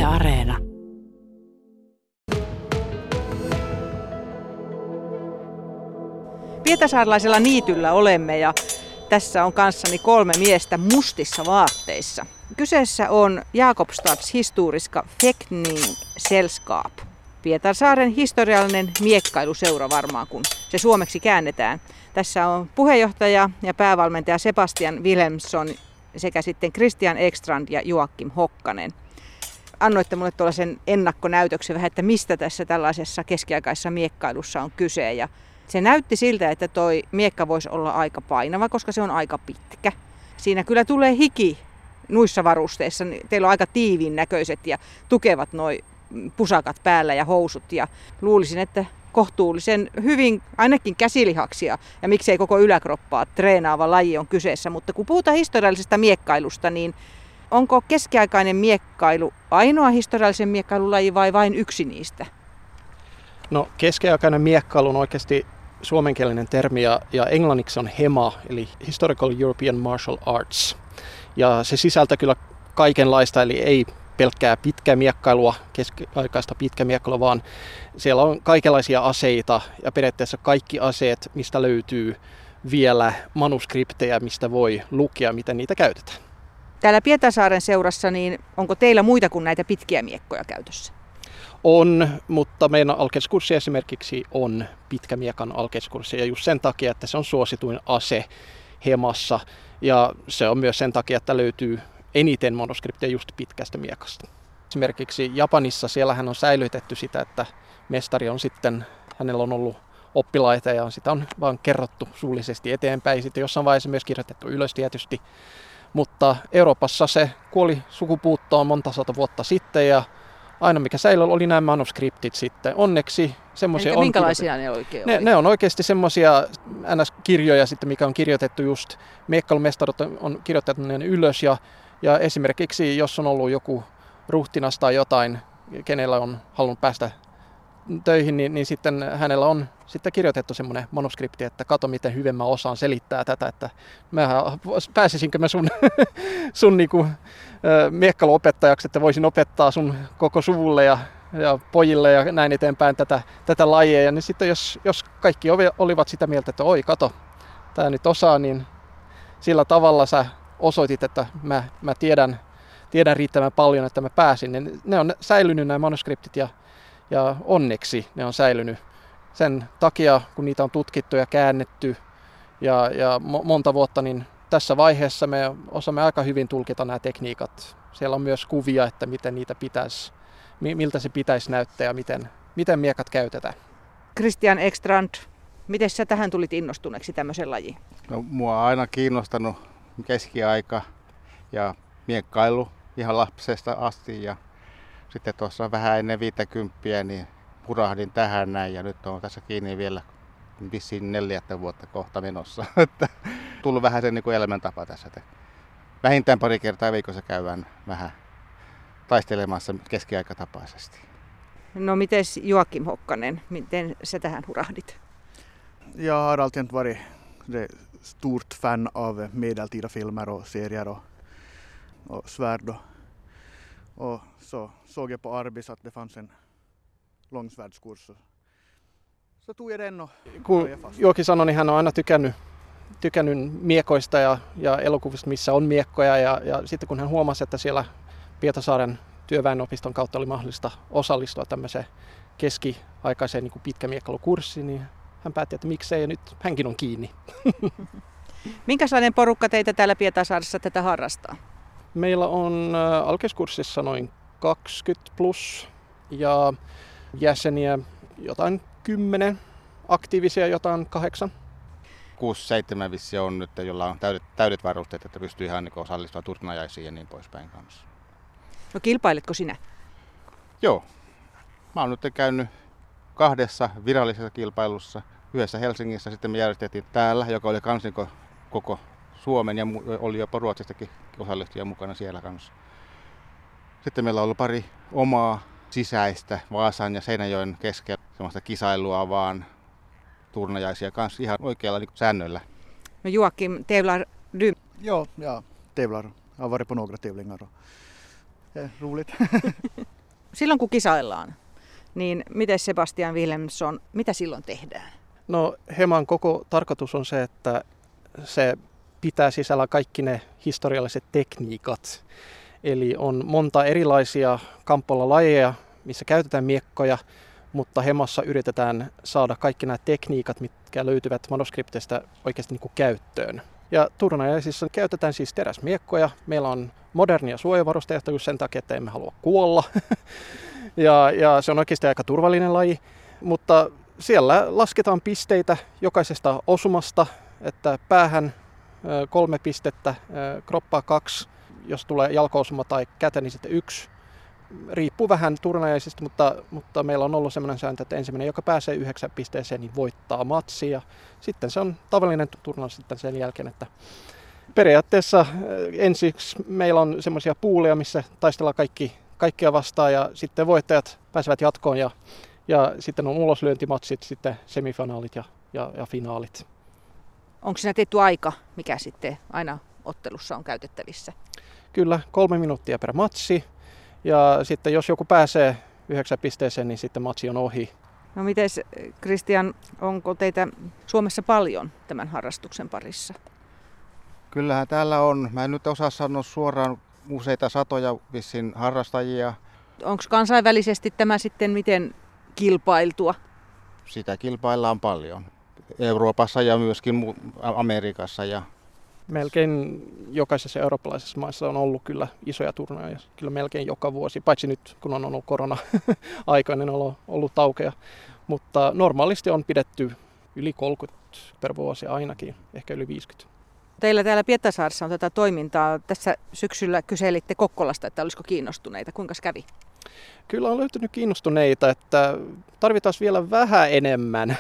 Areena. Pietarsaarelaisella niityllä olemme ja tässä on kanssani 3 miestä mustissa vaatteissa. Kyseessä on Jakobstads historiska Fäktningssällskap. Pietarsaaren historiallinen miekkailuseura varmaan, kun se suomeksi käännetään. Tässä on puheenjohtaja ja päävalmentaja Sebastian Wilhelmsson sekä sitten Christian Ekstrand ja Joakim Hokkanen. Annoitte mulle tuollaisen ennakkonäytöksen vähän, että mistä tässä tällaisessa keskiaikaisessa miekkailussa on kyse. Ja se näytti siltä, että toi miekka voisi olla aika painava, koska se on aika pitkä. Siinä kyllä tulee hiki nuissa varusteissa. Teillä on aika tiiviin näköiset ja tukevat noi pusakat päällä ja housut. Ja luulisin, että kohtuullisen hyvin ainakin käsilihaksia ja miksei koko yläkroppaa treenaava laji on kyseessä. Mutta kun puhutaan historiallisesta miekkailusta, niin onko keskiaikainen miekkailu ainoa historiallisen miekkailulaji vai vain yksi niistä? No keskiaikainen miekkailu on oikeasti suomenkielinen termi ja englanniksi on HEMA, eli Historical European Martial Arts. Ja se sisältää kyllä kaikenlaista, eli ei pelkkää pitkää miekkailua, keskiaikaista pitkä miekkailua, vaan siellä on kaikenlaisia aseita ja periaatteessa kaikki aseet, mistä löytyy vielä manuskripteja, mistä voi lukea, miten niitä käytetään. Täällä Pietarsaaren seurassa, niin onko teillä muita kuin näitä pitkiä miekkoja käytössä? On, mutta meidän alkeiskurssi esimerkiksi on pitkämiekan alkeiskurssi ja just sen takia, että se on suosituin ase HEMassa ja se on myös sen takia, että löytyy eniten manuskripteja just pitkästä miekasta. Esimerkiksi Japanissa siellähän on säilytetty sitä, että mestari on sitten, hänellä on ollut oppilaita ja sitä on vaan kerrottu suullisesti eteenpäin. Sitten jossain vaiheessa myös kirjoitettu ylös tietysti, mutta Euroopassa se kuoli sukupuuttoon monta sata vuotta sitten ja aina mikä säilöllä oli nämä manuskriptit sitten. Onneksi semmoisia on. Minkälaisia ne oikein oli? Ne on oikeasti semmoisia NS-kirjoja sitten, mikä on kirjoitettu just, miekkailumestarit on kirjoitettu ne ylös ja esimerkiksi jos on ollut joku ruhtinas tai jotain, kenellä on halunnut päästä töihin, niin sitten hänellä on sitten kirjoitettu semmoinen manuskripti, että kato miten hyvin mä osaan selittää tätä, että pääsisinkö mä sun niinku, miekkailuopettajaksi, että voisin opettaa sun koko suvulle ja pojille ja näin eteenpäin tätä lajia. Ja niin sitten jos kaikki olivat sitä mieltä, että oi kato, tää nyt osaa, niin sillä tavalla sä osoitit, että mä tiedän riittävän paljon, että mä pääsin. Ne on säilynyt nämä manuskriptit ja onneksi ne on säilynyt sen takia, kun niitä on tutkittu ja käännetty ja monta vuotta, niin tässä vaiheessa me osaamme aika hyvin tulkita nämä tekniikat. Siellä on myös kuvia, että miten niitä pitäisi, miltä se pitäisi näyttää ja miten miekat käytetään. Christian Ekstrand, miten sä tähän tulit innostuneeksi tämmöisen lajiin? No, mua on aina kiinnostanut keskiaika ja miekkailu ihan lapsesta asti ja sitten tuossa vähän ennen 50 niin purahdin tähän näin ja nyt on tässä kiinni vielä vissiin 4 vuotta kohta menossa. Tullut vähän sen niin kuin elämäntapa tässä. Että vähintään pari kertaa viikossa käydään vähän taistelemassa keskiaikatapaisesti. No mites Joakim Hokkanen, miten sä tähän hurahdit? Jag har alltid varit stort fan av medeltida filmer och serier och svärd. Och så såg jag på Arbis att det fanns en långsvärdskurs. Så tog jag den och kun Joakim sanoi, niin hän on aina tykännyt miekoista ja elokuvista, missä on miekkoja. Ja sitten kun hän huomasi, että siellä Pietarsaaren työväenopiston kautta oli mahdollista osallistua tämmöiseen keskiaikaiseen niin kuin pitkämiekkailukurssiin, niin hän päätti, että miksei ja nyt hänkin on kiinni. Minkälainen porukka teitä täällä Pietarsaaressa tätä harrastaa? Meillä on alkeiskurssissa noin 20 plus ja jäseniä jotain 10, aktiivisia jotain 8. 6-7 vissi on nyt, jolla on täydet varusteet, että pystyy ihan niin osallistumaan turnajaisiin ja niin poispäin kanssa. No kilpailetko sinä? Joo. Mä oon nyt käynyt 2 virallisessa kilpailussa. Yhdessä Helsingissä sitten me järjestettiin täällä, joka oli kans niin koko Suomen ja oli jopa Ruotsistakin osallistujia mukana siellä kanssa. Sitten meillä on ollut pari omaa sisäistä Vaasan ja Seinäjoen keskellä semmoista kisailua vaan turnajaisia kanssa ihan oikealla niin säännöillä. No Joakim, tävlar du? Ja, tävlar. Jag har varit på några tävlingar och det är roligt. silloin kun kisaillaan, niin miten Sebastian Wilhelmsson, mitä silloin tehdään? No Heman koko tarkoitus on se, että se pitää sisällä kaikki ne historialliset tekniikat. Eli on monta erilaisia kamppailulajeja, missä käytetään miekkoja, mutta Hemassa yritetään saada kaikki nämä tekniikat, mitkä löytyvät manuskriptista oikeasti niin kuin käyttöön. Ja turnajaisissa käytetään siis teräsmiekkoja. Meillä on modernia suojavarusteita just sen takia, että emme halua kuolla. ja se on oikeasti aika turvallinen laji. Mutta siellä lasketaan pisteitä jokaisesta osumasta, että päähän 3 pistettä, kroppaa 2, jos tulee jalkaosuma tai käteen, niin sitten 1. Riippuu vähän turnajaisista, mutta meillä on ollut sellainen sääntö, että ensimmäinen, joka pääsee 9 pisteeseen, niin voittaa matsia. Ja sitten se on tavallinen turnaus sitten sen jälkeen, että periaatteessa ensiksi meillä on semmoisia puuleja, missä taistellaan kaikkia vastaan ja sitten voittajat pääsevät jatkoon ja sitten on uloslyöntimatsit, sitten semifinaalit ja finaalit. Onko siinä tietty aika, mikä sitten aina ottelussa on käytettävissä? Kyllä, 3 minuuttia per matsi. Ja sitten jos joku pääsee 9 pisteeseen, niin sitten matsi on ohi. No mites, Kristian, onko teitä Suomessa paljon tämän harrastuksen parissa? Kyllähän täällä on. Mä en nyt osaa sanoa suoraan useita satoja vissiin harrastajia. Onko kansainvälisesti tämä sitten miten kilpailtua? Sitä kilpaillaan paljon. Euroopassa ja myöskin Amerikassa. Melkein jokaisessa eurooppalaisessa maassa on ollut kyllä isoja turnaja, kyllä melkein joka vuosi, paitsi nyt kun on ollut korona-aika, niin on ollut taukeja. Mutta normaalisti on pidetty yli 30 per vuosi ainakin, ehkä yli 50. Teillä täällä Pietarsaaressa on tätä toimintaa. Tässä syksyllä kyselitte Kokkolasta, että olisiko kiinnostuneita. Kuinka kävi? Kyllä on löytynyt kiinnostuneita, että tarvitaan vielä vähän enemmän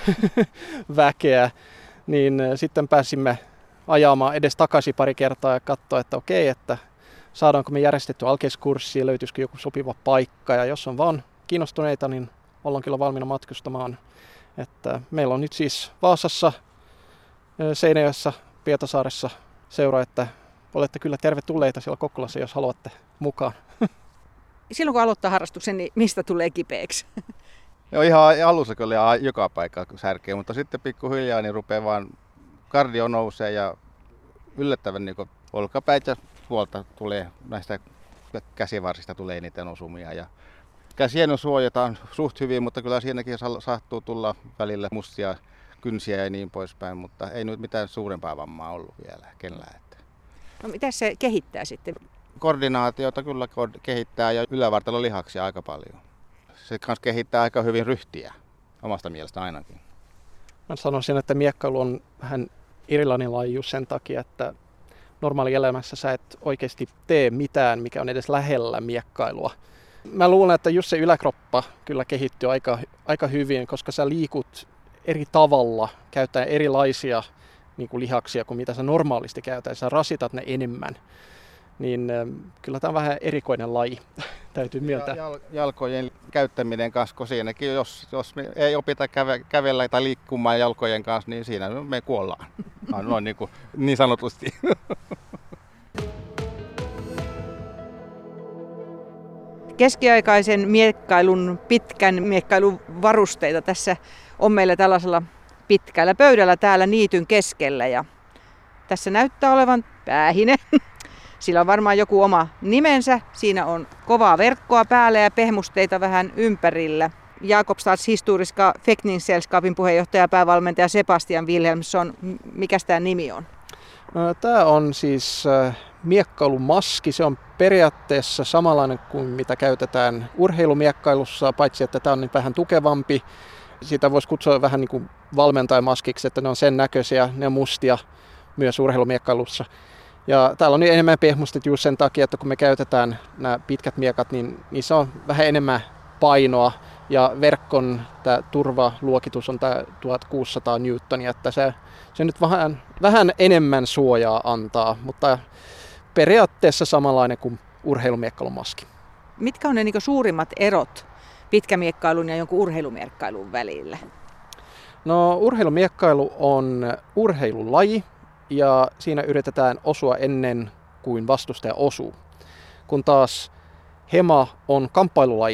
väkeä, niin sitten pääsimme ajamaan edes takaisin pari kertaa ja katsoa, että okei, että saadaanko me järjestetty alkeiskurssia, löytyisikö joku sopiva paikka ja jos on vaan kiinnostuneita, niin ollaan kyllä valmiina matkustamaan. Että meillä on nyt siis Vaasassa, Seinäjoessa, Pietarsaaressa seura, että olette kyllä tervetulleita siellä Kokkolassa, jos haluatte mukaan. Silloin kun aloittaa harrastuksen, niin mistä tulee kipeäksi? Joo, ihan alussa kyllä joka paikka särkee, mutta sitten pikkuhiljaa niin rupeaa vaan kardio nousee ja yllättävän niin olkapäät ja tuolta tulee näistä käsivarsista tulee eniten osumia. Ja käsien suojataan suht hyvin, mutta kyllä siinäkin saattuu tulla välillä mustia kynsiä ja niin poispäin, mutta ei nyt mitään suurempaa vammaa ollut vielä kenellään. No mitä se kehittää sitten? Koordinaatiota kyllä kehittää ja ylävartalolihaksia aika paljon. Se kanssa kehittää aika hyvin ryhtiä, omasta mielestä ainakin. Mä sanoisin, että miekkailu on vähän erilainen laji just sen takia, että normaalielämässä sä et oikeasti tee mitään, mikä on edes lähellä miekkailua. Mä luulen, että just se yläkroppa kyllä kehittyy aika hyvin, koska sä liikut eri tavalla, käyttäen erilaisia niin kuin lihaksia kuin mitä sä normaalisti käytät, sä rasitat ne enemmän. Niin kyllä tämä on vähän erikoinen laji, täytyy myöntää. Jalkojen käyttäminen kanssa, kun siinäkin, jos me ei opita kävellä tai liikkumaan jalkojen kanssa, niin siinä me kuollaan. Noin niin sanotusti. Keskiaikaisen miekkailun, pitkän miekkailun varusteita tässä on meillä tällaisella pitkällä pöydällä täällä niityn keskellä. Ja tässä näyttää olevan päähine. Sillä on varmaan joku oma nimensä. Siinä on kovaa verkkoa päällä ja pehmusteita vähän ympärillä. Jakobstads Historiska Fäktningssällskapin puheenjohtaja ja päävalmentaja Sebastian Wilhelmsson. Mikäs tämä nimi on? Tämä on siis miekkailumaski. Se on periaatteessa samanlainen kuin mitä käytetään urheilumiekkailussa, paitsi että tämä on niin vähän tukevampi. Sitä voisi kutsua vähän niin kuin valmentajamaskiksi, että ne on sen näköisiä, ne on mustia myös urheilumiekkailussa. Ja täällä on nyt enemmän pehmustet just sen takia, että kun me käytetään nämä pitkät miekat, niin niissä on vähän enemmän painoa. Ja verkon tämä turvaluokitus on tämä 1600 newtonia, että se nyt vähän enemmän suojaa antaa, mutta periaatteessa samanlainen kuin urheilumiekkailumaski. Mitkä on ne niin suurimmat erot pitkämiekkailun ja jonkun urheilumiekkailuun välillä? No urheilumiekkailu on urheilulaji. Ja siinä yritetään osua ennen kuin vastustaja osuu. Kun taas Hema on kamppailulaji,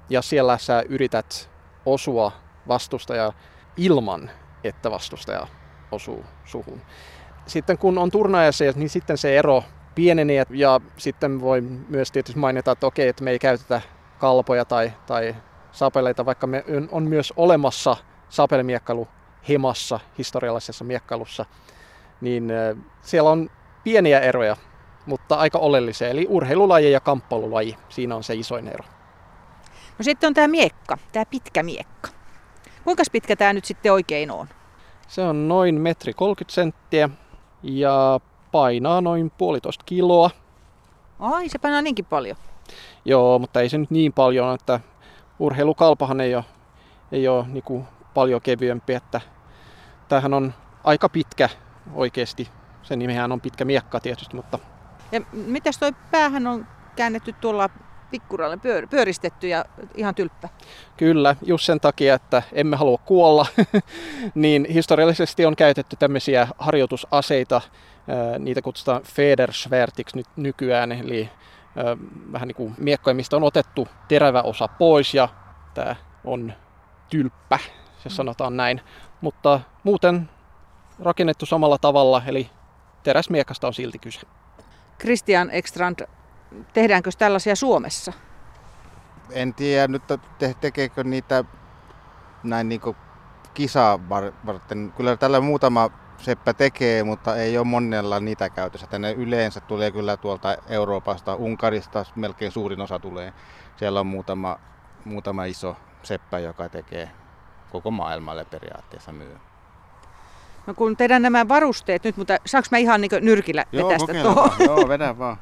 ja siellä sä yrität osua vastustajaa ilman, että vastustaja osuu suhun. Sitten kun on turnaajassa, niin sitten se ero pienenee ja sitten voi myös tietysti mainita, että okei, että me ei käytetä kalpoja tai sapeleita, vaikka me on myös olemassa sapelimiekkalu hemassa, historiallisessa miekkailussa, niin siellä on pieniä eroja, mutta aika oleellisia. Eli urheilulaji ja kamppailulaji, siinä on se isoin ero. No sitten on tämä miekka, tämä pitkä miekka. Kuinka pitkä tämä nyt sitten oikein on? Se on noin 1,30 metriä ja painaa noin 1,5 kiloa. Ai, se painaa niinkin paljon. Joo, mutta ei se nyt niin paljon, että urheilukalpahan ei ole niin kuin paljon kevyempi, että tämähän on aika pitkä oikeasti. Sen nimihän on pitkä miekka tietysti, mutta... Ja mitäs toi päähän on käännetty tuolla pikkuralle pyöristetty ja ihan tylppä? Kyllä, just sen takia, että emme halua kuolla, niin historiallisesti on käytetty tämmöisiä harjoitusaseita, niitä kutsutaan Federschwertiksi nyt nykyään, eli vähän niin kuin miekkoja, mistä on otettu terävä osa pois ja tämä on tylppä, jos sanotaan näin, mutta muuten rakennettu samalla tavalla, eli teräsmiekasta on silti kyse. Christian Ekstrand, tehdäänkö tällaisia Suomessa? En tiedä nyt, tekeekö niitä näin niin kuin kisaa varten. Kyllä tällä muutama seppä tekee, mutta ei ole monella niitä käytössä. Tänne yleensä tulee kyllä tuolta Euroopasta, Unkarista melkein suurin osa tulee. Siellä on muutama iso seppä, joka tekee koko maailmalle periaatteessa myy. No kun tehdään nämä varusteet nyt, mutta saanko mä ihan niin nyrkillä vetästä tuohon? Joo, vedä vaan.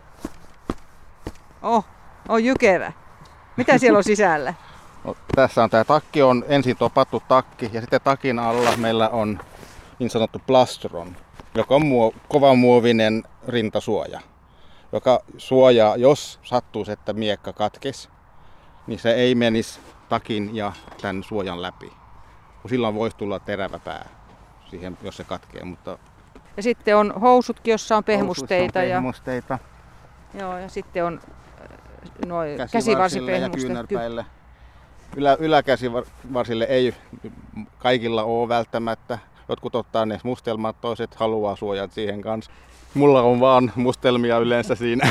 On jykevä. Mitä siellä on sisällä? No, tässä on tämä takki, on ensin topattu takki ja sitten takin alla meillä on niin sanottu plastron, joka on kovan muovinen rintasuoja, joka suojaa, jos sattuu, että miekka katkesi, niin se ei menisi takin ja tämän suojan läpi. Silloin voisi tulla terävä pää siihen, jos se katkee. Mutta ja sitten on housutkin, jossa on pehmusteita. Ja sitten on käsivarsipehmusteet. Ja kyynärpäille. Yläkäsivarsille ei kaikilla ole välttämättä. Jotkut ottaa ne mustelmat, toiset haluaa suojat siihen kanssa. Mulla on vaan mustelmia yleensä siinä.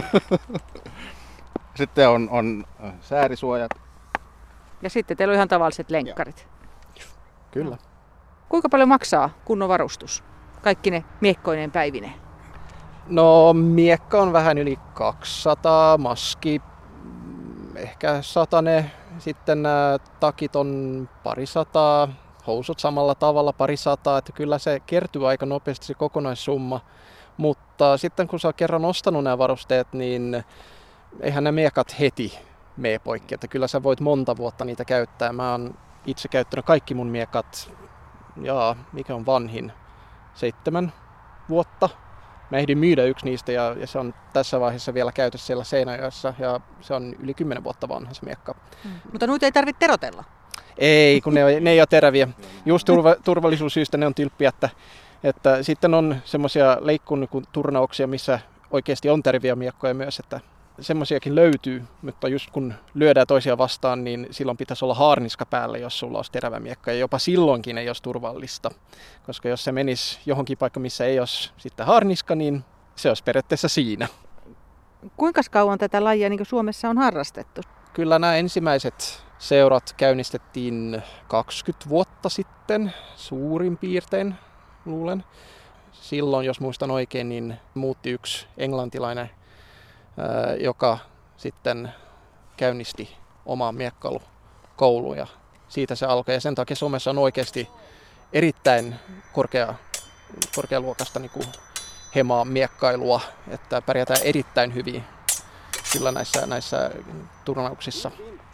Sitten on säärisuojat. Ja sitten teillä on ihan tavalliset lenkkarit. Kyllä. Kuinka paljon maksaa kunnon varustus? Kaikki ne miekkoineen päivineen. No miekka on vähän yli 200, maski ehkä 100, sitten nämä takit on 200, housut samalla tavalla 200, että kyllä se kertyy aika nopeasti se kokonaissumma. Mutta sitten kun sä oot kerran ostanut nämä varusteet, niin eihän ne miekat heti mene poikki, että kyllä sä voit monta vuotta niitä käyttää. Mä oon itse käyttänyt kaikki mun miekat, mikä on vanhin, 7 vuotta. Mä ehdin myydä yksi niistä ja se on tässä vaiheessa vielä käytössä siellä Seinäjoessa ja se on yli 10 vuotta vanha se miekka. Mutta noita ei tarvitse terotella. Ei, kun ne ei ole teräviä. Just turvallisuussyistä ne on tylppiä, että sitten on semmoisia leikkuturnauksia, missä oikeasti on teräviä miekkoja myös, että semmoisiakin löytyy, mutta just kun lyödään toisia vastaan, niin silloin pitäisi olla haarniska päällä, jos sulla olisi terävä miekka. Ja jopa silloinkin ei olisi turvallista, koska jos se menisi johonkin paikkaan, missä ei olisi sitten haarniska, niin se olisi periaatteessa siinä. Kuinka kauan tätä lajia niin kuin Suomessa on harrastettu? Kyllä nämä ensimmäiset seurat käynnistettiin 20 vuotta sitten, suurin piirtein, luulen. Silloin, jos muistan oikein, niin muutti yksi englantilainen, joka sitten käynnisti omaa miekkailukoulua ja siitä se alkoi. Ja sen takia Suomessa on oikeasti erittäin korkealuokasta niin kuin hemaa miekkailua, että pärjätään erittäin hyvin kyllä näissä turnauksissa.